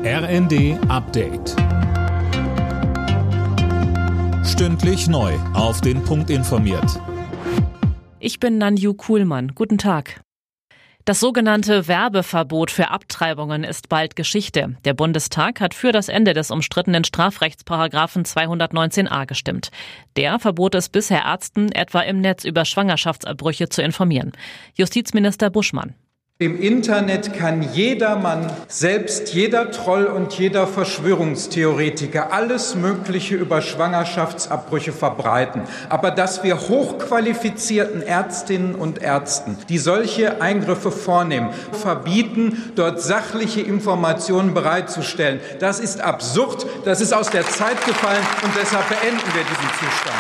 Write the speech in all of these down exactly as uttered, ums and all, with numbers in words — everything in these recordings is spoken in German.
R N D Update. Stündlich neu auf den Punkt informiert. Ich bin Nanju Kuhlmann. Guten Tag. Das sogenannte Werbeverbot für Abtreibungen ist bald Geschichte. Der Bundestag hat für das Ende des umstrittenen Strafrechtsparagraphen zweihundertneunzehn a gestimmt. Der verbot es bisher Ärzten, etwa im Netz über Schwangerschaftsabbrüche zu informieren. Justizminister Buschmann. Im Internet kann jedermann, selbst jeder Troll und jeder Verschwörungstheoretiker, alles Mögliche über Schwangerschaftsabbrüche verbreiten. Aber dass wir hochqualifizierten Ärztinnen und Ärzten, die solche Eingriffe vornehmen, verbieten, dort sachliche Informationen bereitzustellen, das ist absurd, das ist aus der Zeit gefallen und deshalb beenden wir diesen Zustand.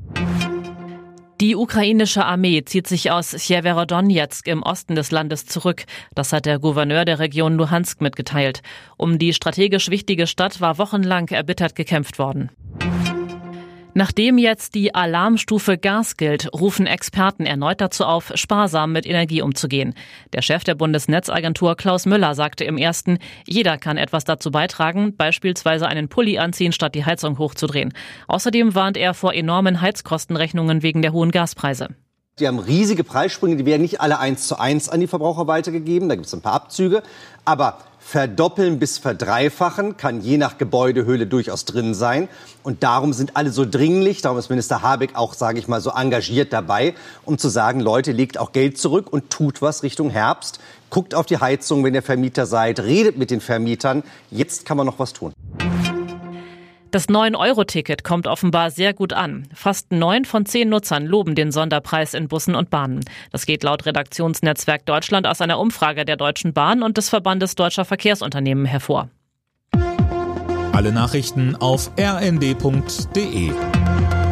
Die ukrainische Armee zieht sich aus Sjewerodonezk im Osten des Landes zurück. Das hat der Gouverneur der Region Luhansk mitgeteilt. Um die strategisch wichtige Stadt war wochenlang erbittert gekämpft worden. Nachdem jetzt die Alarmstufe Gas gilt, rufen Experten erneut dazu auf, sparsam mit Energie umzugehen. Der Chef der Bundesnetzagentur Klaus Müller sagte im ersten, jeder kann etwas dazu beitragen, beispielsweise einen Pulli anziehen, statt die Heizung hochzudrehen. Außerdem warnt er vor enormen Heizkostenrechnungen wegen der hohen Gaspreise. Die haben riesige Preissprünge, die werden nicht alle eins zu eins an die Verbraucher weitergegeben, da gibt es ein paar Abzüge, aber verdoppeln bis verdreifachen kann je nach Gebäudehöhle durchaus drin sein. Und darum sind alle so dringlich, darum ist Minister Habeck auch, sage ich mal, so engagiert dabei, um zu sagen, Leute, legt auch Geld zurück und tut was Richtung Herbst. Guckt auf die Heizung, wenn ihr Vermieter seid, redet mit den Vermietern. Jetzt kann man noch was tun. Das neun Euro Ticket kommt offenbar sehr gut an. Fast neun von zehn Nutzern loben den Sonderpreis in Bussen und Bahnen. Das geht laut Redaktionsnetzwerk Deutschland aus einer Umfrage der Deutschen Bahn und des Verbandes Deutscher Verkehrsunternehmen hervor. Alle Nachrichten auf r n d punkt d e.